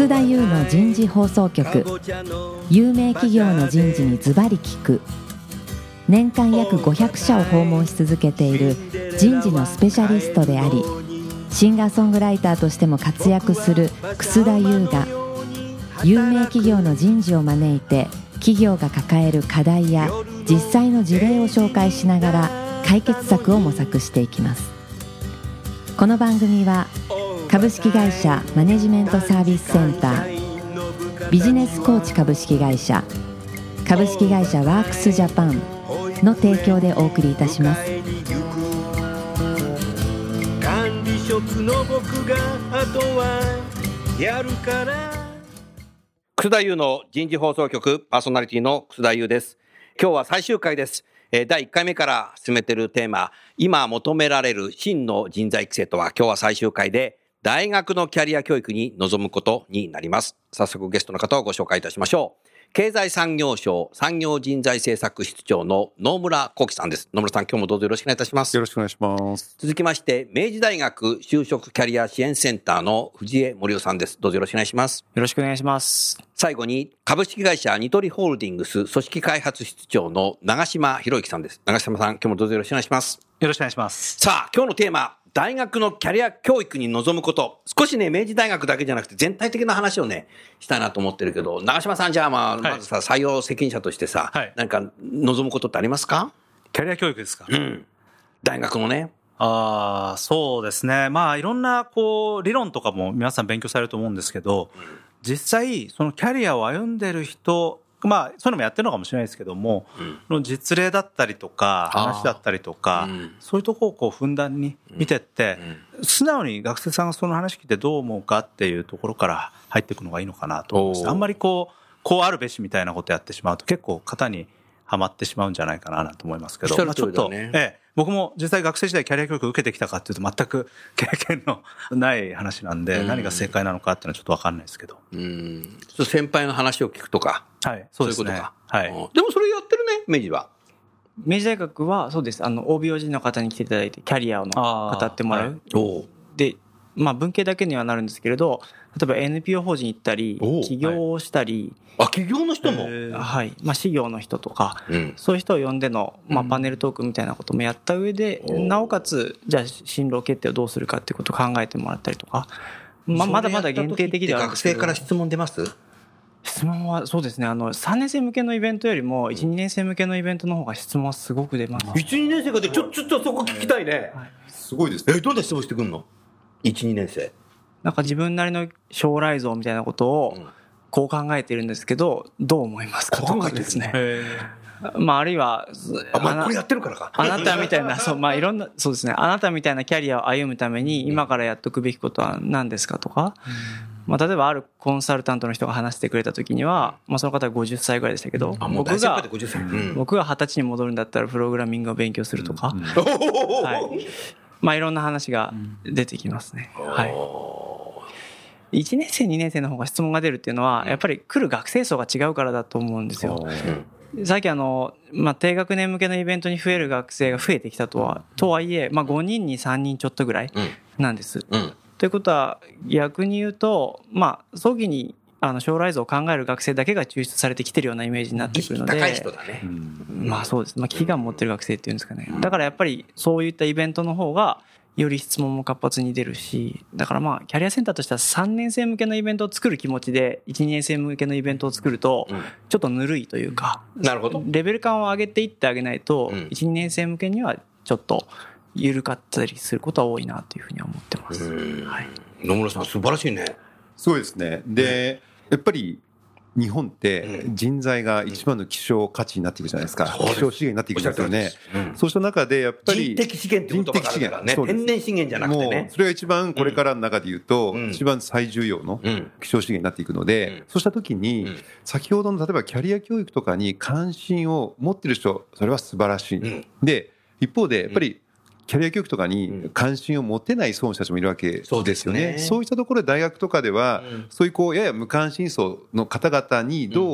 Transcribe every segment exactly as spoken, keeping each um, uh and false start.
楠田優の人事放送局。有名企業の人事にズバリ聞く。年間約ごひゃくしゃを訪問し続けている人事のスペシャリストであり、シンガーソングライターとしても活躍する楠田優が、有名企業の人事を招いて企業が抱える課題や実際の事例を紹介しながら解決策を模索していきます。この番組は株式会社マネジメントサービスセンター、ビジネスコーチ株式会社、株式会社ワークスジャパンの提供でお送りいたします。 管理職の僕があとはやるから。 楠田優の人事放送局パーソナリティの楠田優です。今日は最終回です。だいいっかいめから進めているテーマ、今求められる真の人材育成とは、今日は最終回で大学のキャリア教育に臨むことになります。早速ゲストの方をご紹介いたしましょう。経済産業省産業人材政策室長の野村幸喜さんです。野村さん、今日もどうぞよろしくお願いいたします。 よろしくお願いします。 続きまして、明治大学就職キャリア支援センターの藤江森夫さんです。どうぞよろしくお願いします。 よろしくお願いします。 最後に、株式会社ニトリホールディングス組織開発室長の長島博之さんです。長島さん、今日もどうぞよろしくお願いします。 よろしくお願いします。 さあ、今日のテーマ、大学のキャリア教育に臨むこと。少しね、明治大学だけじゃなくて全体的な話をね、したいなと思ってるけど、長島さん、じゃあまあ、はい、まずさ、採用責任者としてさ、はい、なんか望むことってありますか？ キャリア教育ですか？ うん。大学のね。 ああ、そうですね。まあ、いろんな、こう、理論とかも皆さん勉強されると思うんですけど、うん、実際、そのキャリアを歩んでる人、まあ、そういうのもやってるのかもしれないですけども、うん、の実例だったりとか話だったりとか、うん、そういうところをこうふんだんに見てって、うんうん、素直に学生さんがその話聞いてどう思うかっていうところから入っていくのがいいのかなと思います。あんまりこうこうあるべしみたいなことやってしまうと結構型にはまってしまうんじゃないかなと思いますけど、 ね、 まあ、ちょっと、ええ、僕も実際学生時代キャリア教育を受けてきたかっていうと全く経験のない話なんで、うん、何が正解なのかっていうのはちょっと分かんないですけど、 うん、先輩の話を聞くとか、 はい、そうですね。 そういうことか。 はい。 でもそれやってるね、明治は。 明治大学はそうです。あの オービーオージー の方に来ていただいてキャリアの語ってもらう。はい、で、まあ文系だけにはなるんですけれど、例えば エヌピーオー 法人行ったり、起業をしたり、 はい、あ、起業の人も、 はい、まあ私業の人とか、うん、そういう人を呼んでのまあパネルトークみたいなこともやった上で、うん、なおかつじゃあ進路決定をどうするかっていうことを考えてもらったりとか、まあまだまだ限定的ではあるんですけど。 学生から質問出ます？ 質問はそうですね、あのさんねん生向けのイベントよりもいち、にねん生向けのイベントの方が質問はすごく出ます。 いち、にねん生がでちょちょっとそこ聞きたいね。はい、 すごいですね。 え、どんな質問してくるの？いち、にねん生。 なんか自分なりの将来像みたいなことをこう考えているんですけど、どう思いますかとかですね。まああるいはあ、まあ、これやってるからか。 あなたみたいな、そう、まあいろんな、そうですね。あなたみたいなキャリアを歩むために今からやっとくべきことは何ですかとか。まあ、例えばあるコンサルタントの人が話してくれた時には、まあ、その方はごじゅっさいぐらいでしたけど、 あ、もう大先輩でごじゅっさい、うん、 僕がはたちに戻るんだったらプログラミングを勉強するとか、うんうん、はい、まあいろんな話が出てきますね。はい、いちねん生にねん生の方が質問が出るっていうのはやっぱり来る学生層が違うからだと思うんですよ。さっきあの、まあ、低学年向けのイベントに増える学生が増えてきたとは、とはいえ、まあ、ごにんにさんにんちょっとぐらいなんです。うんうん、ということは逆に言うと、まあ、早期にあの将来像を考える学生だけが抽出されてきてるようなイメージになってくるので、 高い人だね。 まあそうです。まあ危機感持ってる学生っていうんですかね。だからやっぱりそういったイベントの方がより質問も活発に出るし、だからまあキャリアセンターとしてはさんねん生向けのイベントを作る気持ちでいち、にねん生向けのイベントを作るとちょっとぬるいというか、 なるほど。 レベル感を上げていってあげないといち、にねん生向けにはちょっと緩かったりすることは多いなというふうには思ってます。はい、 野村さん素晴らしいね。 そうですね。で、やっぱり日本って人材が一番の希少価値になっていくじゃないですか。希少資源になっていくんですよね。うん、そうした中でやっぱり人的資源って言葉があるからね。天然資源じゃなくてね。 もうそれが一番これからの中で言うと、うん、一番最重要の希少資源になっていくので、うん、そうした時に、うん、先ほどの例えばキャリア教育とかに関心を持っている人、それは素晴らしい。うん、で、一方でやっぱりキャリア教育とかに関心を持てない層の人たちもいるわけですよね。そうですよね。そういったところで大学とかでは、うん、そういうこうやや無関心層の方々にどう、うん、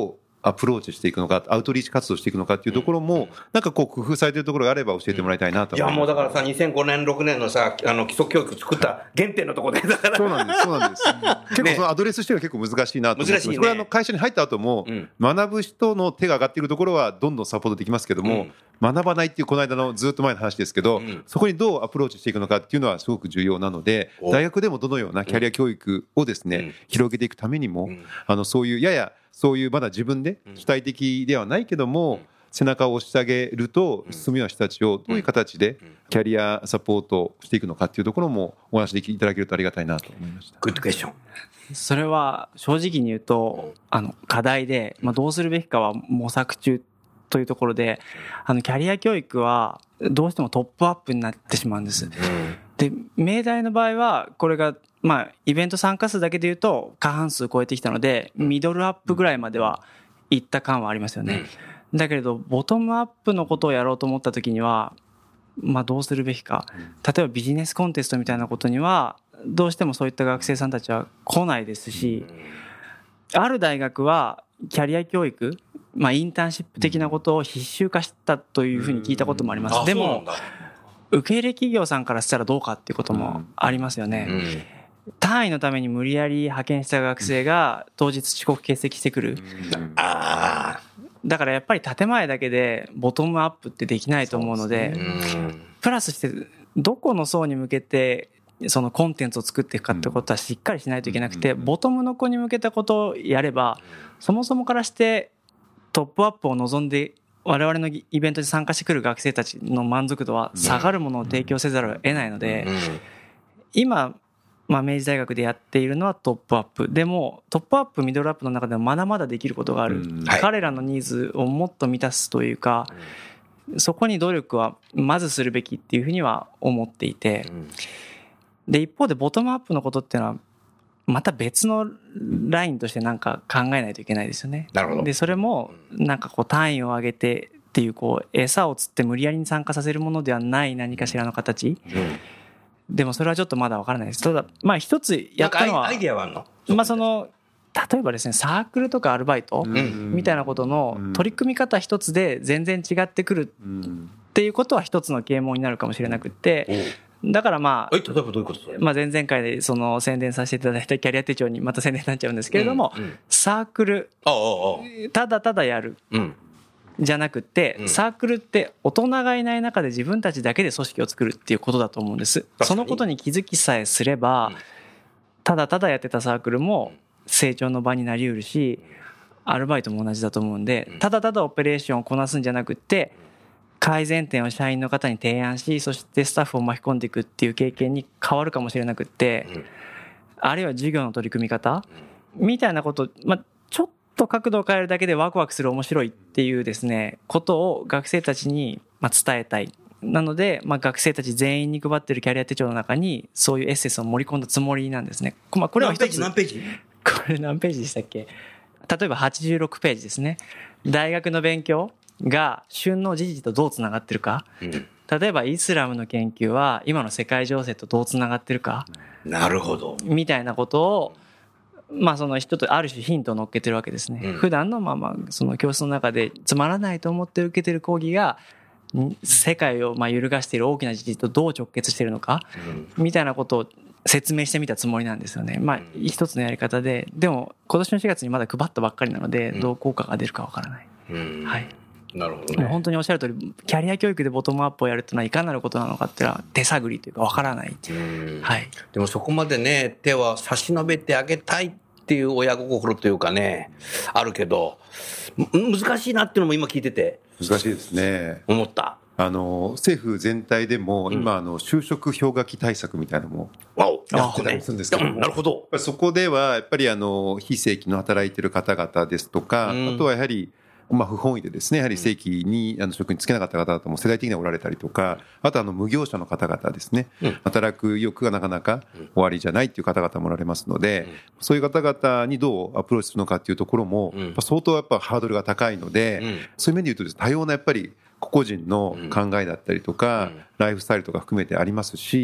アプローチしていくのか、アウトリーチ活動していくのかっていうところも、なんかこう工夫されているところがあれば教えてもらいたいなとい思います。 やもうだからさ、にせんごねんろくねんのさ、あの基礎教育作った原点のところで、だからそうなんです、そうなんです。結構そのアドレスしてるのは結構難しいなと思って、 難しいねこれはあの会社に入った後も、 うん、 学ぶ人の手が上がっているところはどんどんサポートできますけども、うん、学ばないっていうこの間のずっと前の話ですけど、うん、そこにどうアプローチしていくのかっていうのはすごく重要なので、大学でもどのようなキャリア教育をですね、うん、広げていくためにも、うん、あのそういうややそういうまだ自分で主体的ではないけども、うん、背中を押してあげると進むような人たちをどういう形でキャリアサポートしていくのかっていうところもお話しいただけるとありがたいなと思いました。 グッドクエスチョン。 それは正直に言うとあの課題で、まあ、どうするべきかは模索中というところで、あのキャリア教育はどうしてもトップアップになってしまうんです。で、明大の場合はこれがまあイベント参加数だけで言うと過半数超えてきたので、ミドルアップぐらいまでは行った感はありますよね。だけれどボトムアップのことをやろうと思った時には、まあどうするべきか。例えばビジネスコンテストみたいなことにはどうしてもそういった学生さんたちは来ないですし、ある大学はキャリア教育、まあインターンシップ的なことを必修化したというふうに聞いたこともあります。でも受け入れ企業さんからしたらどうかっていうこともありますよね。単位のために無理やり派遣した学生が当日遅刻欠席してくる。あだからやっぱり建前だけでボトムアップってできないと思うので、プラスしてどこの層に向けてそのコンテンツを作っていくかってことはしっかりしないといけなくて、ボトムの子に向けたことをやれば、そもそもからしてトップアップを望んで我々のイベントに参加してくる学生たちの満足度は下がるものを提供せざるを得ないので、今まあ、明治大学でやっているのはトップアップでもトップアップミドルアップの中でもまだまだできることがある、うんはい、彼らのニーズをもっと満たすというか、うん、そこに努力はまずするべきっていうふうには思っていて、うん、で一方でボトムアップのことっていうのはまた別のラインとしてなんか考えないといけないですよね。 なるほど。でそれもなんかこう単位を上げてっていうこう餌を釣って無理やりに参加させるものではない何かしらの形、うんでもそれはちょっとまだ分からないです。ただまあ一つやったのはアイデアはあるの？ まあその例えばですねサークルとかアルバイトみたいなことの取り組み方一つで全然違ってくるっていうことは一つの啓蒙になるかもしれなくってだからまあ例えばどういうことまあ前々回でその宣伝させていただいたキャリア手帳にまた宣伝になっちゃうんですけれどもサークルただただやるじゃなくて、サークルって大人がいない中で自分たちだけで組織を作るっていうことだと思うんです。そのことに気づきさえすれば、ただただやってたサークルも成長の場になりうるし、アルバイトも同じだと思うんで、ただただオペレーションをこなすんじゃなくて、改善点を社員の方に提案し、そしてスタッフを巻き込んでいくっていう経験に変わるかもしれなくって、あるいは授業の取り組み方みたいなこと、まあ、ちょっとと角度を変えるだけでワクワクする面白いっていうですねことを学生たちにまあ伝えたい。なのでまあ学生たち全員に配ってるキャリア手帳の中にそういうエッセンスを盛り込んだつもりなんですね。まあこれは一つ何ページ？ これ何ページでしたっけ？例えばはちじゅうろくページですね。大学の勉強が旬の事実とどうつながってるか。うん、例えばイスラムの研究は今の世界情勢とどうつながってるか。 なるほど。 みたいなことをまあその人とある種ヒントを乗っけてるわけですね、うん、普段のまあまあその教室の中でつまらないと思って受けてる講義が世界をまあ揺るがしている大きな事実とどう直結しているのか、うん、みたいなことを説明してみたつもりなんですよね。まあ一つのやり方で、でも今年のしがつにまだ配ったばっかりなのでどう効果が出るかわからない、うん、はい。 なるほどね。 もう本当におっしゃる通りキャリア教育でボトムアップをやるというのはいかなることなのかっていうのは手探りというかわからない、うん、はい。 でもそこまでね手は差し伸べてあげたいっていう親心というかねあるけど難しいなっていうのも今聞いてて難しいですね。 思った。 あの政府全体でも今、うん、あの就職氷河期対策みたいなのもやってたりするんですけど、 なるほど。 そこではやっぱりあの非正規の働いてる方々ですとか、うん、あとはやはりまあ不本意でですねやはり正規にあの職に就けなかった方々も世代的にはおられたりとか、あとあの無業者の方々ですね、うん、働く意欲がなかなか終わりじゃないっていう方々もおられますので、うん、そういう方々にどうアプローチするのかっていうところも、うん、相当やっぱハードルが高いので、うん、そういう面で言うとですね多様なやっぱり個々人の考えだったりとか、うん、ライフスタイルとか含めてありますし、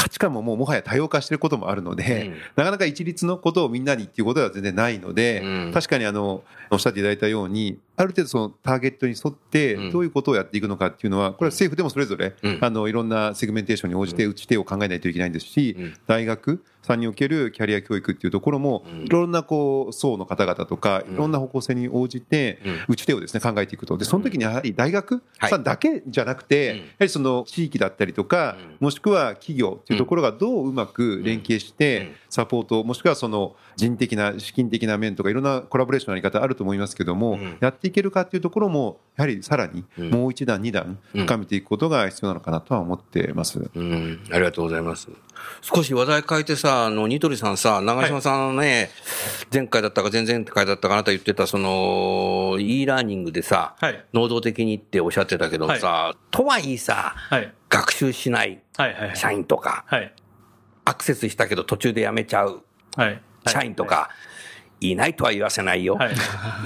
価値観ももうもはや多様化していることもあるので、うん、なかなか一律のことをみんなにっていうことは全然ないので、うん、確かにあのおっしゃっていただいたようにある程度そのターゲットに沿ってどういうことをやっていくのかっていうのはこれは政府でもそれぞれ、うん、あのいろんなセグメンテーションに応じて打ち手を考えないといけないんですし、うん、大学さんにおけるキャリア教育っていうところもいろんなこう層の方々とかいろんな方向性に応じて打ち手をですね考えていくと。でその時にやはり大学さんだけじゃなくてやはりその地域だったりとかもしくは企業っていうところがどううまく連携してサポートもしくはその人的な資金的な面とかいろんなコラボレーションのやり方あると思いますけどもやっていけるかっていうところもやはりさらにもう一段二段深めていくことが必要なのかなとは思ってます。 うん、ありがとうございます。少し話題変えてさ、あのニトリさんさ、長嶋さんね、はい、前回だったか前々回だったかあなた言ってたその e ラーニングでさ、はい、能動的にっておっしゃってたけどさ、はい、とはいえさ、はい、学習しない社員とか、はいはいはい、アクセスしたけど途中で辞めちゃう社員とか、はいはいいないとは言わせないよ、はい、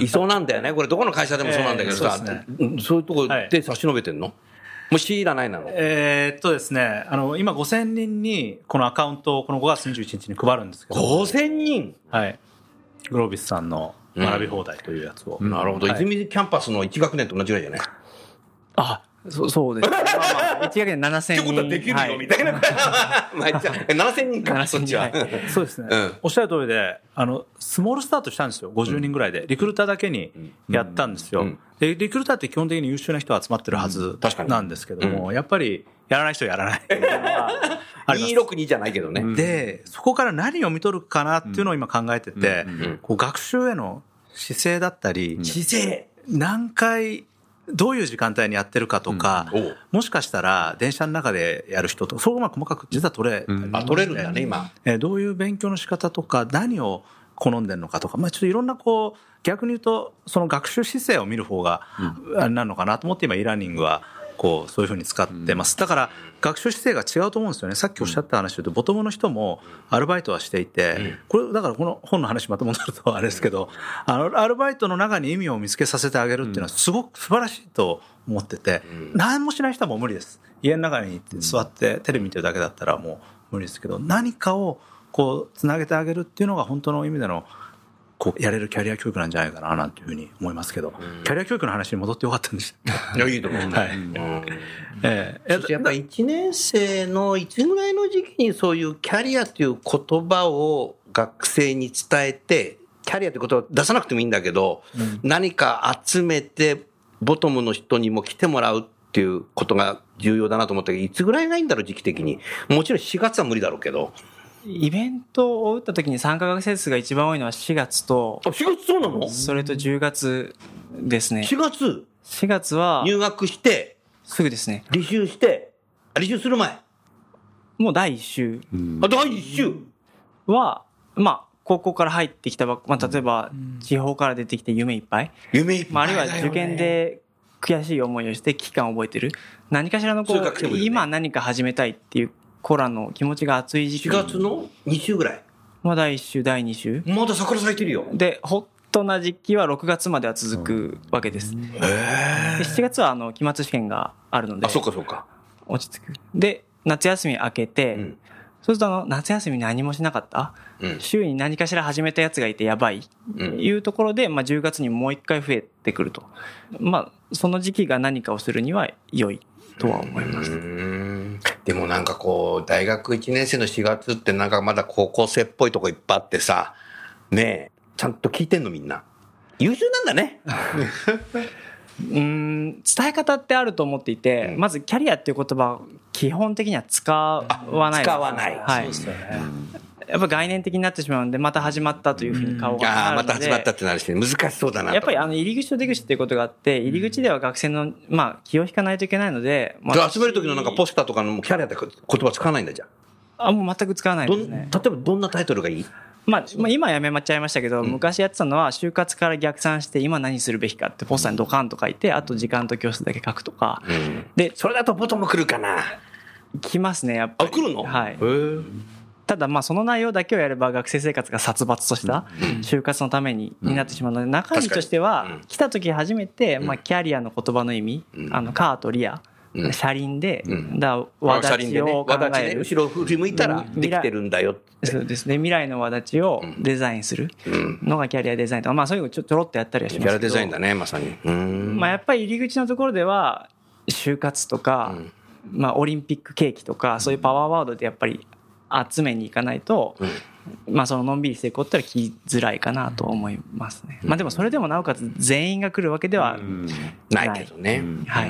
いそうなんだよね。これどこの会社でもそうなんだけどさ、えー そうですね、そういうところで差し伸べてんの、はい、もう強いらないなの。 えー、っとですね、あの今ごせんにんにこのアカウントをこのごがつにじゅういちにちに配るんですけど。 ごせんにん、 はい、グロービスさんの学び放題というやつを、 うん、なるほど、はい、泉キャンパスのいち学年と同じぐらいじゃない。 あ、そ, そうですね。まあまあ、いち学年ななせんにん。 ってことはできるよ、はい、みたいな。ななせんにんか、そっちは。 そうですね、うん。おっしゃる通りで、あの、スモールスタートしたんですよ。ごじゅうにんぐらいで。リクルーターだけにやったんですよ。うんうん、で、リクルーターって基本的に優秀な人が集まってるはずなんですけども、うん、やっぱり、やらない人はやらない。 にひゃくろくじゅうにじゃないけどね。 で、そこから何を見とるかなっていうのを今考えてて、うんうん、こう学習への姿勢だったり、 姿勢何回、どういう時間帯にやってるかとか、うん、もしかしたら電車の中でやる人と、そうまあ細かく実は取れ、 うん、あ、取れるんだね、今。 えー、どういう勉強の仕方とか、何を好んでるのかとか、まあちょっといろんなこう、逆に言うと、その学習姿勢を見る方が、あれなのかなと思って今、e ラーニングは、こう、そういうふうに使ってます。だから、学習姿勢が違うと思うんですよね。さっきおっしゃった話で言うと、ボトムの人もアルバイトはしていて、これ、だからこの本の話また戻るとあれですけど、あの、アルバイトの中に意味を見つけさせてあげるっていうのはすごく素晴らしいと思ってて、何もしない人はもう無理です。家の中に座ってテレビ見てるだけだったらもう無理ですけど、何かをこう、つなげてあげるっていうのが本当の意味での、こうやれるキャリア教育なんじゃないかななんていうふうに思いますけど、うん、キャリア教育の話に戻ってよかったんです。 いや、いいと思う。はい。うん、えー、やっぱりいちねん生のいつぐらいの時期にそういうキャリアという言葉を学生に伝えて、キャリアということを出さなくてもいいんだけど、うん、何か集めてボトムの人にも来てもらうっていうことが重要だなと思ったけど、いつぐらいがいいんだろう、時期的に。もちろんしがつは無理だろうけど。 イベントを打った時に参加学生数が一番多いのはしがつと、 あ、しがつそうなの？ それとじゅうがつですね。 しがつ？ しがつは入学してすぐですね。 履修して、履修する前。 もうだいいっ週。 あ、だいいっ週は、まあ、高校から入ってきたば、まあ、例えば、地方から出てきて夢いっぱい。 夢いっぱい。 まあ、あるいは受験で悔しい思いをして危機感を覚えてる。何かしらのこう、ね、今何か始めたいっていうコラの気持ちが熱い時期。 しがつのに週ぐらい。 まあ、だいいっ週、だいに週。 まだ桜咲いてるよ。 で、ホットな時期はろくがつまでは続くわけです。へー。でしちがつは、あの、期末試験があるので。 あ、そうかそうか。 落ち着く。で、夏休み明けて、うん、そうするとあの、夏休み何もしなかった、うん、週に何かしら始めたやつがいてやばい、うん、いうところで、まあ、じゅうがつにもう一回増えてくると。まあ、その時期が何かをするには良いとは思います。 うーん、でもなんかこう、大学いちねん生のしがつってなんかまだ高校生っぽいとこいっぱいあってさ、ねえ、ちゃんと聞いてんのみんな。優秀なんだね。 うーん、伝え方ってあると思っていて、うん、まずキャリアっていう言葉は基本的には使わない。 使わない。 はい。そうですよね。やっぱ概念的になってしまうので、また始まったというふうに顔がなるので、 ああ、また始まったってなるし、難しそうだなと。 やっぱりあの入り口と出口っていうことがあって、入り口では学生の、まあ、気を引かないといけないので、 まあ、集める時のなんかポスターとかのキャリアって言葉使わないんだじゃん。 あ、もう全く使わないですね。 例えばどんなタイトルがいい？ まあ、まあ、今やめちゃいましたけど、うん、昔やってたのは、就活から逆算して、今何するべきかってポスターにドカンと書いて、あと時間と教室だけ書くとか。うん、 で、それだとボトム来るかな？ 来ますね、やっぱり。 あ、来るの？ はい。へー。ただまあその内容だけをやれば学生生活が殺伐とした就活のためにになってしまうので、中身としては来た時初めてまあキャリアの言葉の意味、あのカーとリアうん車輪で、 うん、 だわだちを考わだちね、 える、 後ろを振り向いたらできてるんだよって。 そうですね、未来のわだちをデザインするのがキャリアデザインとか、まあそういうのちょちょろっとやったりはしますけど、 キャリアデザインだね、まさに。うーん、 まあやっぱり入り口のところでは就活とか、うん、まあオリンピック景気とか、そういうパワーワードでやっぱり集めに行かないと、うん、まあそののんびりしていこうってのは聞きづらいかなと思いますね。まあでもそれでもなおかつ全員が来るわけではない、ないけどね。 はい。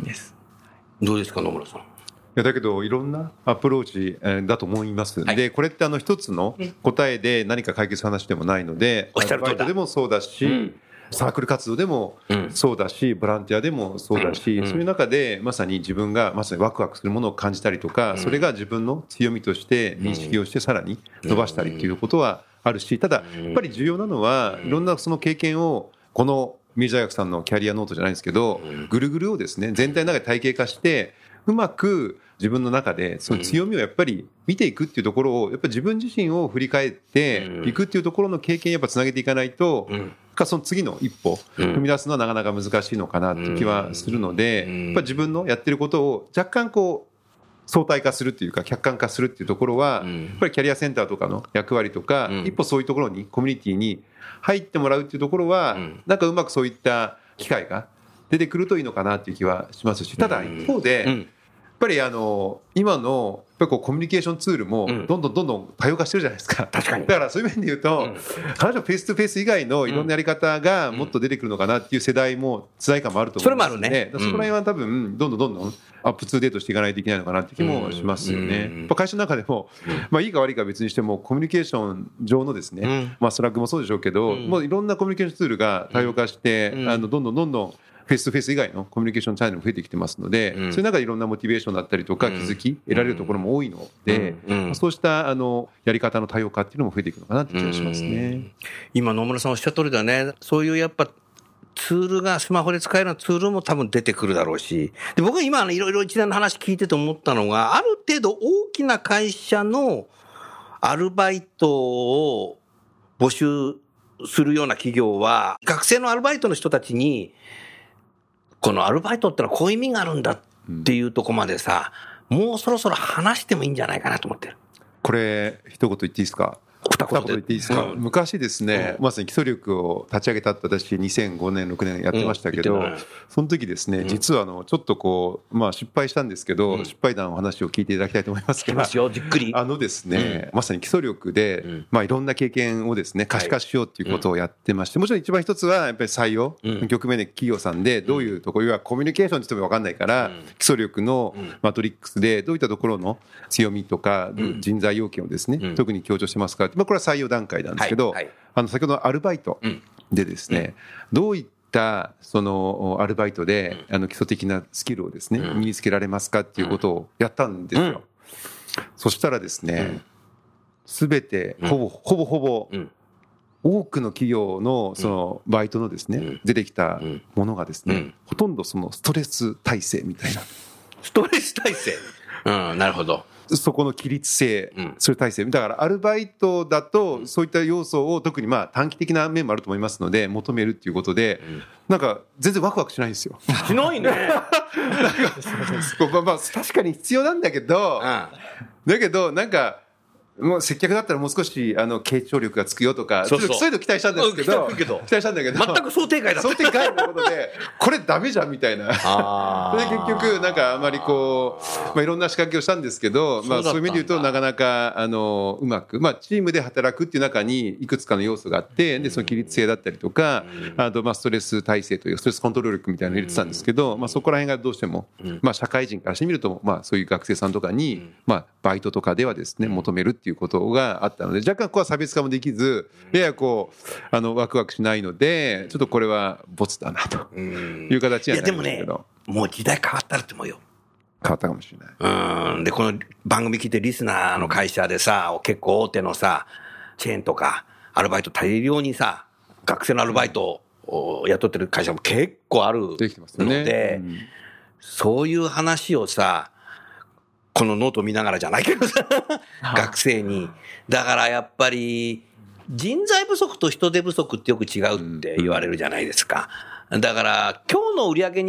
です。 どうですか野村さん。いやだけどいろんなアプローチだと思います、はい、でこれってあの一つの答えで何か解決する話でもないので、アルバイトでもそうだし、うん、サークル活動でもそうだし、ボランティアでもそうだし、うん、そういう中でまさに自分がまさにワクワクするものを感じたりとか、うん、それが自分の強みとして認識をしてさらに伸ばしたりっていうことはあるし、ただやっぱり重要なのはいろんなその経験をこの明治大学さんのキャリアノートじゃないんですけど、ぐるぐるをですね全体の中で体系化してうまく自分の中でその強みをやっぱり見ていくっていうところをやっぱり自分自身を振り返っていくっていうところの経験をやっぱつなげていかないと、かその次の一歩踏み出すのはなかなか難しいのかなっていう気はするので、やっぱ自分のやってることを若干こう相対化するっていうか客観化するっていうところはやっぱりキャリアセンターとかの役割とか一歩そういうところにコミュニティに入ってもらうっていうところはなんかうまくそういった機会が出てくるといいのかなっていう気はしますし、ただ一方でやっぱりあの今のやっぱりこうコミュニケーションツールもどんどんどんどん多様化してるじゃないですか。 確かに。 だからそういう面で言うと彼女フェイストゥフェイス以外のいろんなやり方がもっと出てくるのかなっていう世代も世代間もあると思うんですよね。それもあるね。そこら辺は多分どんどんどんどんアップツーデートしていかないといけないのかなって気もしますよね。やっぱ会社の中でもまあいいか悪いか別にしてもコミュニケーション上のですね、まあスラックもそうでしょうけど、もういろんなコミュニケーションツールが多様化してあのどんどんどんどんフェイストゥフェイス以外のコミュニケーションチャンネルも増えてきてますので、うん、そういう中でいろんなモチベーションだったりとか気づき得られるところも多いので、うんうん、そうしたあのやり方の多様化っていうのも増えていくのかなって気がしますね。うん、 今野村さんおっしゃった通りだね。そういうやっぱツールがスマホで使えるようなツールも多分出てくるだろうし、で僕は今いろいろ一連の話聞いてて思ったのが、ある程度大きな会社のアルバイトを募集するような企業は学生のアルバイトの人たちにこのアルバイトってのはこういう意味があるんだっていうとこまでさ、もうそろそろ話してもいいんじゃないかなと思ってる。 これ一言言っていいですか。二言言っていいですか。うん、昔ですね、うん、まさに基礎力を立ち上げたって私にせんごねんろくねんやってましたけど、うん、その時ですね、実はあのちょっとこうまあ失敗したんですけど、うん、失敗談の話を聞いていただきたいと思いますけど、 ますよじっくり。 あのですね、うん、まさに基礎力で、うん、まあいろんな経験をですね可視化しようっていうことをやってまして、もちろん一番一つはやっぱり採用、うん、局面で企業さんでどういうところ、要はコミュニケーションって言っても分かんないから、うん、基礎力のマトリックスでどういったところの強みとか、うん、人材要件をですね、うん、特に強調してますか、まあこれは採用段階なんですけど、はいはい、あの先ほどのアルバイトでですね、うん、どういったそのアルバイトで、うん、あの基礎的なスキルをですね、うん、身につけられますかっていうことをやったんですよ。うん、そしたらですね、すべてほぼほぼほぼ多くの企業のそのバイトのですね、出てきたものがですね、ほとんどそのストレス耐性みたいな。 ストレス耐性。うん、なるほど。 そこの規律性、それ体制だからアルバイトだとそういった要素を特にまあ短期的な面もあると思いますので求めるっていうことで、なんか全然ワクワクしないんですよ。 しないね。なんかまあまあ確かに必要なんだけど、だけどなんかもう接客だったらもう少しあの傾聴力がつくよとか、そうそういうの期待したんですけど、期待したんだけど全く想定外だった。 想定外のことでこれダメじゃんみたいな。それで結局なんかあまりこう、まあ、いろんな仕掛けをしたんですけど、まあそういう意味で言うとなかなかあのうまく、まあチームで働くっていう中にいくつかの要素があって、でその規律性だったりとか、あとまあストレス耐性というストレスコントロール力みたいなのを入れてたんですけど、まあそこら辺がどうしてもまあ社会人からしてみるとまあそういう学生さんとかにまあバイトとかではですね求めるっていうことがあったので、若干ここは差別化もできず、ややこうあのワクワクしないので、ちょっとこれはボツだなという形にはなりますけど。いやでもね、 もう時代変わったらって思うよ。 変わったかもしれない。 うん。でこの番組聞いてリスナーの会社でさ、結構大手のさチェーンとかアルバイト大量にさ学生のアルバイトを雇ってる会社も結構あるので、 できてますよね。うん、 そういう話をさ。このノート見ながらじゃないけどさ学生にだからやっぱり人材不足と人手不足ってよく違うって言われるじゃないですか。だから今日の売り上げに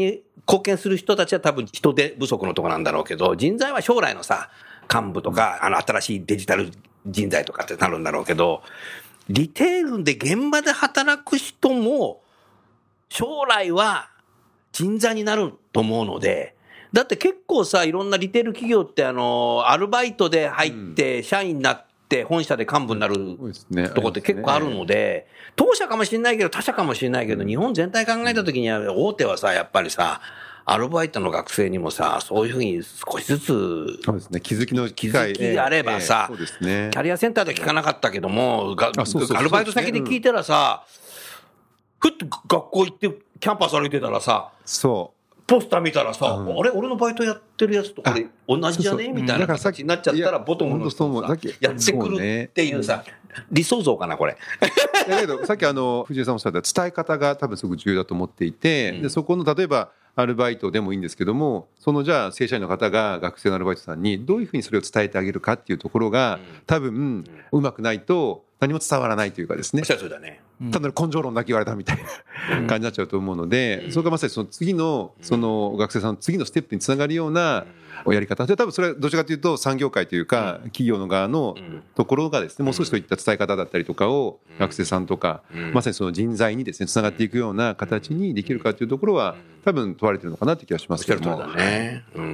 貢献する人たちは多分人手不足のところなんだろうけど、人材は将来のさ、幹部とか、あの、新しいデジタル人材とかってなるんだろうけど、リテールで現場で働く人も、将来は人材になると思うので、だって結構さ、いろんなリテール企業って、あの、アルバイトで入って、社員になって、本社で幹部になるとこって結構あるので、当社かもしれないけど、他社かもしれないけど、日本全体考えたときには、大手はさ、やっぱりさ、アルバイトの学生にもさ、そういうふうに少しずつ、 そうですね、気づきの気づきあればさ、 そうですね、 キャリアセンターで聞かなかったけども、がアルバイト先で聞いたらさ、ふっと学校行って、キャンパス歩いてたらさ、 そう。 ポスター見たらさ、うん、あれ俺のバイトやってるやつとこれ同じじゃねみたいな形になっちゃったら、ボトムの人もさ、やってくるっていうさ、理想像かな、これ。 だけど、さっきあの、藤井さんもおっしゃった伝え方が多分すごく重要だと思っていて、うん、でそこの例えば、アルバイトでもいいんですけども、そのじゃあ正社員の方が学生のアルバイトさんにどういうふうにそれを伝えてあげるかっていうところが、多分うまくないと何も伝わらないというかですね。 そうだね。 ただ根性論だけ言われたみたいな感じになっちゃうと思うので、それがまさにその次のその学生さんの次のステップにつながるようなやり方で、多分それはどちらかというと産業界というか企業の側のところがですね、もう少しそういった伝え方だったりとかを学生さんとかまさにその人材にですねつながっていくような形にできるかというところは多分問われてるのかなって気がしますけども。 そうだね。うん。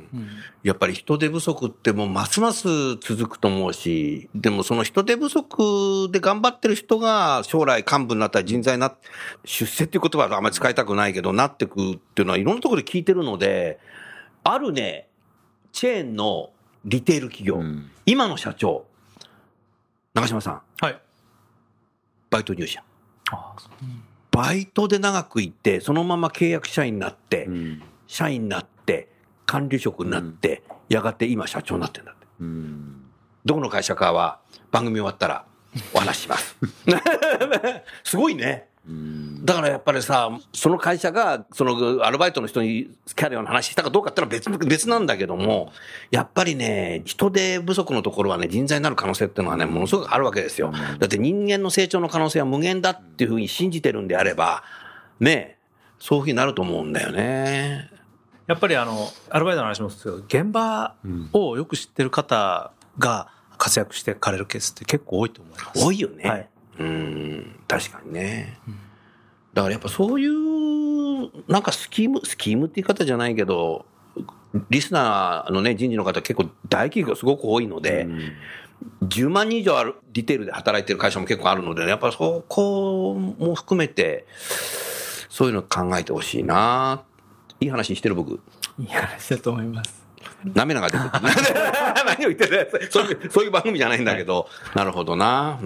やっぱり人手不足ってもうますます続くと思うし、でもその人手不足で頑張ってる人が将来幹部になったり人材になって、出世っていう言葉はあんまり使いたくないけど、なってくっていうのはいろんなところで聞いてるので、あるね、チェーンのリテール企業、うん、今の社長、長嶋さん。 はい。 バイト入社。ああ、そう。バイトで長くいて、そのまま契約社員になって、うん、社員になって、管理職になって、うん、やがて今社長になってんだって。うん、どこの会社かは番組終わったらお話しします。すごいね。だからやっぱりさ、その会社がそのアルバイトの人にキャリアの話したかどうかってのは別別なんだけども、やっぱりね、人手不足のところはね、人材になる可能性っていうのはね、ものすごくあるわけですよ。だって人間の成長の可能性は無限だっていうふうに信じてるんであればね、そういうふうになると思うんだよね。 やっぱりあのアルバイトの話もそうですけど、現場をよく知ってる方が活躍してかれるケースって結構多いと思います。 多いよね。 はい、 うん、確かにね。だからやっぱそういうなんかスキームスキームって言い方じゃないけど、リスナーのね人事の方結構大企業すごく多いので、うん、じゅうまんにん以上あるリテールで働いてる会社も結構あるので、ね、やっぱそこも含めてそういうの考えてほしいな。いい話してる僕。 いい話だと思います。 涙が出てくる。何を言ってるそういう、そういう番組じゃないんだけど。なるほどな。うん。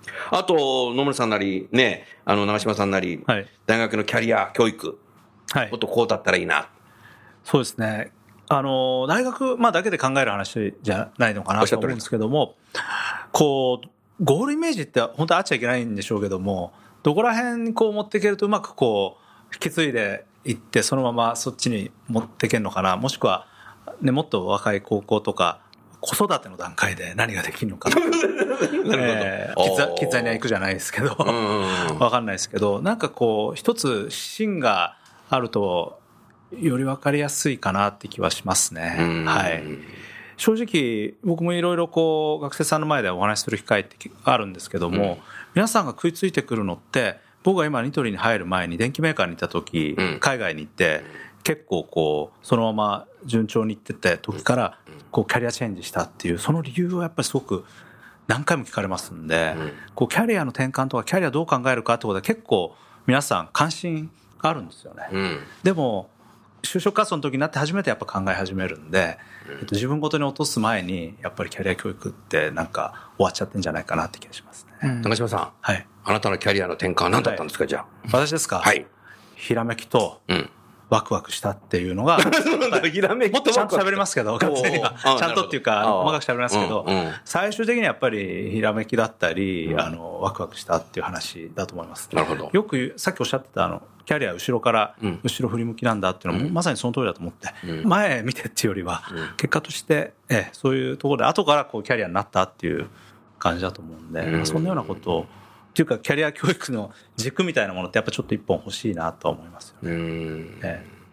あと、野村さんなり、ね、あの、長嶋さんなり、はい、大学のキャリア教育。はい。もっとこうだったらいいな。 そうですね。あの、大学、まあ、だけで考える話じゃないのかなと思うんですけども、こう、ゴールイメージって本当はあっちゃいけないんでしょうけども、どこら辺にこう持っていけるとうまくこう、引き継いでいって、そのままそっちに持っていけるのかな。もしくは、ね、もっと若い高校とか子育ての段階で何ができるのかな、えー、キッザキッザニア行くじゃないですけどわかんないですけど、なんかこう一つ芯があるとより分かりやすいかなって気はしますね。はい。正直僕もいろいろこう学生さんの前でお話しする機会ってあるんですけども、うん、皆さんが食いついてくるのって、僕が今ニトリに入る前に電機メーカーにいた時、うん、海外に行って結構こうそのまま順調にいってて時からこうキャリアチェンジしたっていう、その理由はやっぱりすごく何回も聞かれますんで、こうキャリアの転換とかキャリアどう考えるかってことは結構皆さん関心があるんですよね。でも就職活動の時になって初めてやっぱ考え始めるんで、えっと、自分ごとに落とす前にやっぱりキャリア教育ってなんか終わっちゃってんじゃないかなって気がしますね。 長嶋さん、はい、あなたのキャリアの転換は何だったんですか、はい、じゃあ。 私ですか。はい。ひらめきと、うんワクワクしたっていうのがひらめきもっとちゃんと喋りますけど、完全にはちゃんとっていうか細かく喋りますけど、最終的にはやっぱりひらめきだったり、あのワクワクしたっていう話だと思います。 なるほど。 よくさっきおっしゃってたあのキャリア後ろから後ろ振り向きなんだっていうのもまさにその通りだと思って、前見てっていうよりは結果としてえそういうところで後からこうキャリアになったっていう感じだと思うんで、そんなようなことをっていうかキャリア教育の軸みたいなものってやっぱちょっと一本欲しいなと思いますよね。うん、ええ、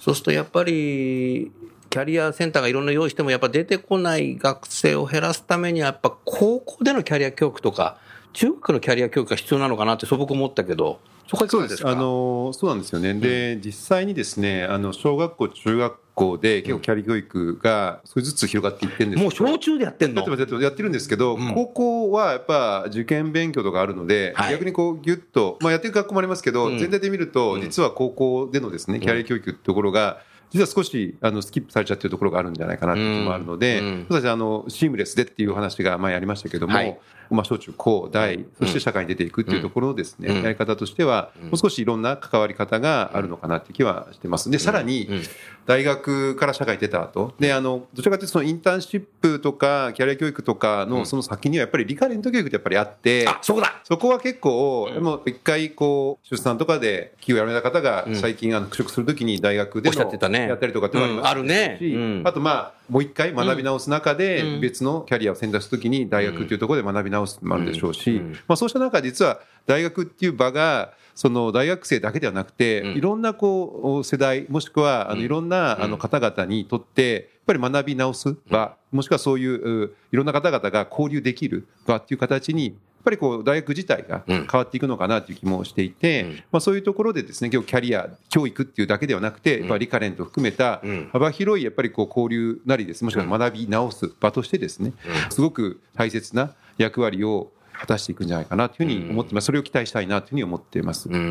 そうするとやっぱりキャリアセンターがいろんな用意してもやっぱ出てこない学生を減らすためにはやっぱ高校でのキャリア教育とか中学のキャリア教育が必要なのかなって素朴思ったけど、そこはいかがですか？ そうです。あのそうなんですよね。で、うん、実際にですね、あの小学校中学校で結構キャリア教育が少しずつ広がっていってるんですけど、 もう小中でやってんの？ やってやってるんですけど、うん、高校はやっぱ受験勉強とかあるので、はい、逆にこうギュッと、まあ、やってる学校もありますけど、うん、全体で見ると実は高校でのですね、キャリア教育ってところが実は少しあのスキップされちゃってるところがあるんじゃないかなっていうのもあるので、うんうん、私はあのシームレスでっていう話が前ありましたけども、はい、まあ、小中高大そして社会に出ていくっていうところのですね、うん、やり方としてはもう少しいろんな関わり方があるのかなっていう気はしてます。でさらに大学から社会に出た後で、あのどちらかというとそのインターンシップとかキャリア教育とかのその先にはやっぱりリカレント教育ってやっぱりあって、 あ、そこだ。 そこは結構でも一回こう出産とかで企業を辞めた方が最近あの復職するときに大学でのやったりとかっていうのがありますし、あとまあもう一回学び直す中で別のキャリアを選択するときに大学っていうところで学び直すのもあるでしょうし、まあそうした中実は大学っていう場がその大学生だけではなくていろんなこう世代もしくはあのいろんなあの方々にとってやっぱり学び直す場、もしくはそういういろんな方々が交流できる場っていう形にやっぱりこう大学自体が変わっていくのかなという気もしていて、まあそういうところでですね、今日キャリア教育っていうだけではなくてやっぱりリカレントを含めた幅広いやっぱりこう交流なりです、もしくは学び直す場としてですね、すごく大切な役割を果たしていくんじゃないかなというふうに思っています。それを期待したいなというふうに思っています。 うん、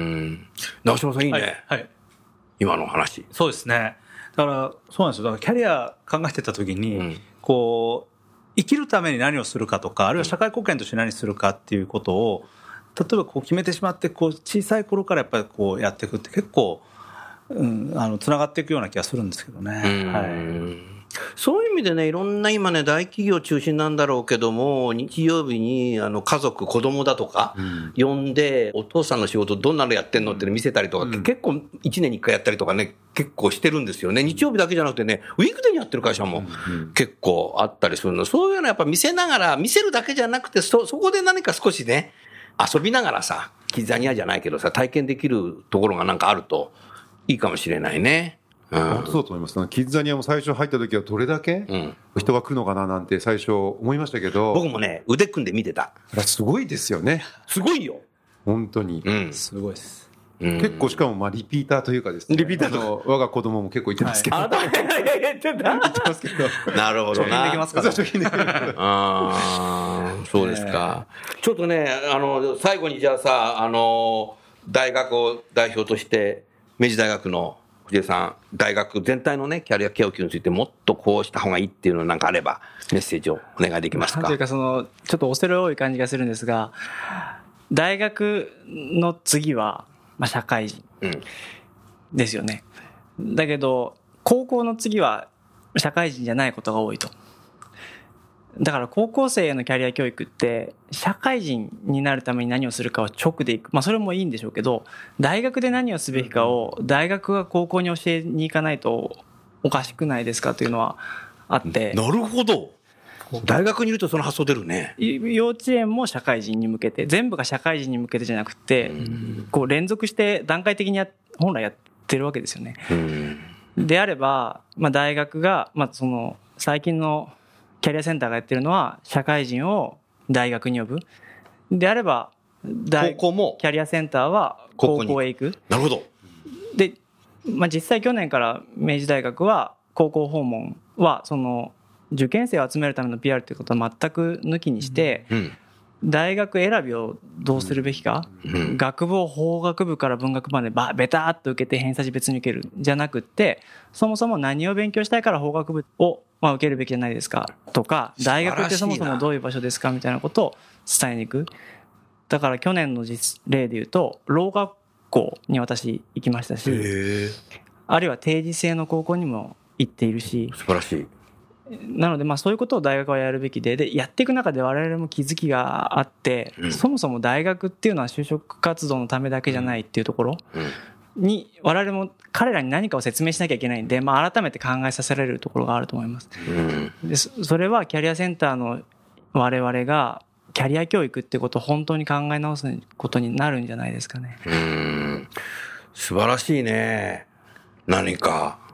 長嶋さんいいね、はいはい、今の話。 そうですね。だからそうなんですよ。だからキャリア考えてた時に、うん、こう生きるために何をするかとか、あるいは社会貢献として何するかっていうことを例えばこう決めてしまって、こう小さい頃からやっぱりこうやっていくって結構、うん、あのつながっていくような気がするんですけどね。はい。 そういう意味でね、いろんな今ね、大企業中心なんだろうけども、日曜日にあの家族、子供だとか、呼んで、お父さんの仕事どんなのやってんのって見せたりとか、うん、結構いちねんにいっかいやったりとかね、結構してるんですよね。日曜日だけじゃなくてね、ウィークデーにやってる会社も結構あったりするの。そういうのやっぱ見せながら、見せるだけじゃなくて、そ、そこで何か少しね、遊びながらさ、キッザニアじゃないけどさ、体験できるところがなんかあるといいかもしれないね。 うん、本当そうと思います。キッザニアも最初入った時はどれだけ人が来るのかななんて最初思いましたけど、 僕もね腕組んで見てた。 すごいですよね。 すごいよ本当に、 うん、 すごいです、 うん、結構しかもまあリピーターというかですね、 リピーターの我が子供も結構言ってますけど、はい、 あなたいやいや言ってた言ってますけどなるほどな、 貯金できますから、 貯金できますああそうですか、えー、ちょっとねあの最後にじゃあさ、あの大学を代表として明治大学の藤江さん、大学全体のね、キャリア教育についてもっとこうした方がいいっていうのなんかあれば、メッセージをお願いできますか。 というか、その、ちょっと恐れ多い感じがするんですが、大学の次は、まあ、社会人ですよね。うん、だけど、高校の次は社会人じゃないことが多いと。だから高校生へのキャリア教育って社会人になるために何をするかを直でいく、まあそれもいいんでしょうけど、大学で何をすべきかを大学が高校に教えに行かないとおかしくないですかというのはあって。 なるほど。大学にいるとその発想出るね。 幼稚園も社会人に向けて、全部が社会人に向けてじゃなくて、こう連続して段階的にや本来やってるわけですよね。であれば、まあ大学がまあその最近のキャリアセンターがやってるのは社会人を大学に呼ぶであれば、 高校もキャリアセンターは高校へ行く。 なるほど。 で、まあ、実際去年から明治大学は高校訪問はその受験生を集めるための ピーアール ということは全く抜きにして、うん、大学選びをどうするべきか、うん、学部を法学部から文学部までバベターっと受けて偏差値別に受けるじゃなくって、そもそも何を勉強したいから法学部をまあ受けるべきじゃないですかとか、大学ってそもそもどういう場所ですかみたいなことを伝えに行く。だから去年の実例で言うと、ろう学校に私行きましたし、あるいは定時制の高校にも行っているし、 素晴らしい。 なのでまあそういうことを大学はやるべきで、でやっていく中で我々も気づきがあって、うん、そもそも大学っていうのは就職活動のためだけじゃないっていうところに我々も彼らに何かを説明しなきゃいけないんで、まあ改めて考えさせられるところがあると思います。うん、でそれはキャリアセンターの我々がキャリア教育ってことを本当に考え直すことになるんじゃないですかね。 うん、素晴らしいね。何か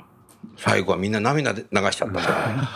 最後はみんな涙で流しちゃったから。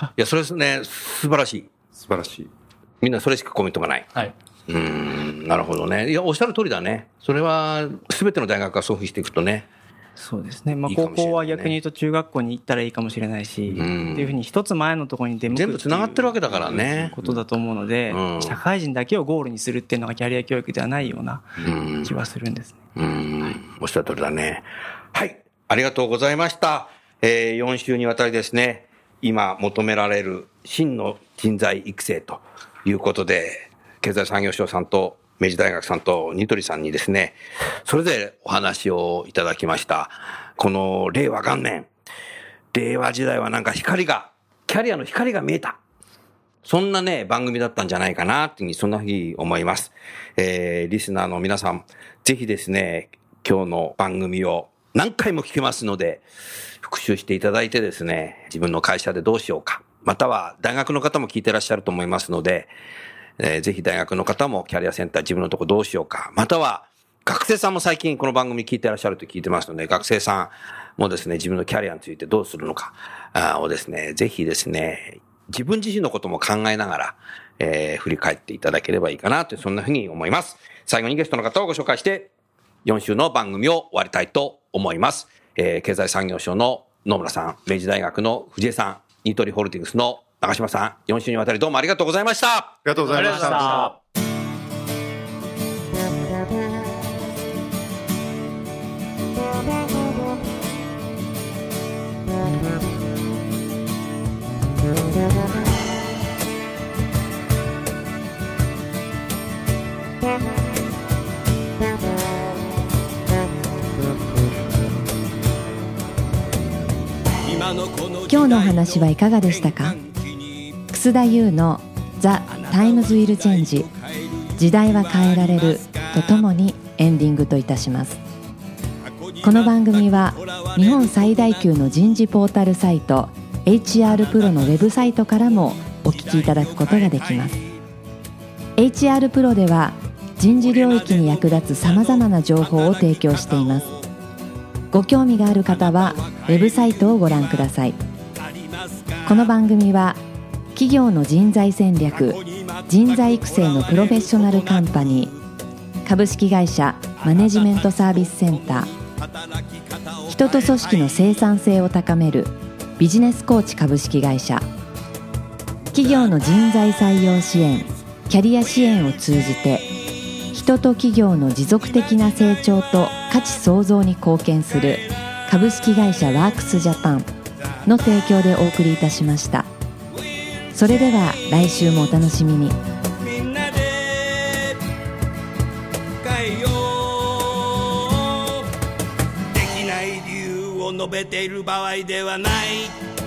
いや、それですね、素晴らしい。 素晴らしい。 みんなそれしかコメントがない。 はい。 うーん、なるほどね。いや、おっしゃる通りだね。それは、すべての大学が送付していくとね。 そうですね。まあ、 いいかもしれないね高校は逆に言うと中学校に行ったらいいかもしれないし、ってんいうふうに一つ前のところに出向く全部繋がってるわけだからね。 ことだと思うので、 うん社会人だけをゴールにするっていうのがキャリア教育ではないようなうん気はするんですね。 うーん、おっしゃる通りだね。はい。ありがとうございました。えー、よん週にわたりですね、今求められる真の人材育成ということで、経済産業省さんと明治大学さんとニトリさんにですね、それぞれお話をいただきました。この令和元年、令和時代はなんか光が、キャリアの光が見えた。そんなね、番組だったんじゃないかなっていうふうに、そんなふうに思います。えー、リスナーの皆さん、ぜひですね、今日の番組を何回も聞けますので、復習していただいてですね、自分の会社でどうしようか。または大学の方も聞いてらっしゃると思いますので、えー、ぜひ大学の方もキャリアセンター自分のとこどうしようか。または学生さんも最近この番組聞いてらっしゃると聞いてますので、学生さんもですね、自分のキャリアについてどうするのかをですね、ぜひですね、自分自身のことも考えながら、えー、振り返っていただければいいかなという、そんなふうに思います。最後にゲストの方をご紹介して、よん週の番組を終わりたいと思います。えー、経済産業省の野村さん、明治大学の藤江さん、ニトリホールディングスの長島さん、よん週にわたりどうもありがとうございました。 ありがとうございました。 今日のお話はいかがでしたか。楠田優のザ・タイムズ・ウィル・チェンジ、時代は変えられるとともにエンディングといたします。この番組は日本最大級の人事ポータルサイト エイチアール プロのウェブサイトからもお聞きいただくことができます。 エイチアール プロでは人事領域に役立つさまざまな情報を提供しています。ご興味がある方はウェブサイトをご覧ください。この番組は企業の人材戦略、人材育成のプロフェッショナルカンパニー、株式会社マネジメントサービスセンター、人と組織の生産性を高めるビジネスコーチ株式会社、企業の人材採用支援、キャリア支援を通じて人と企業の持続的な成長と価値創造に貢献する株式会社ワークスジャパンの提供でお送りいたしました。それでは来週もお楽しみに。 みんなで変えよう。できない理由を述べている場合ではない。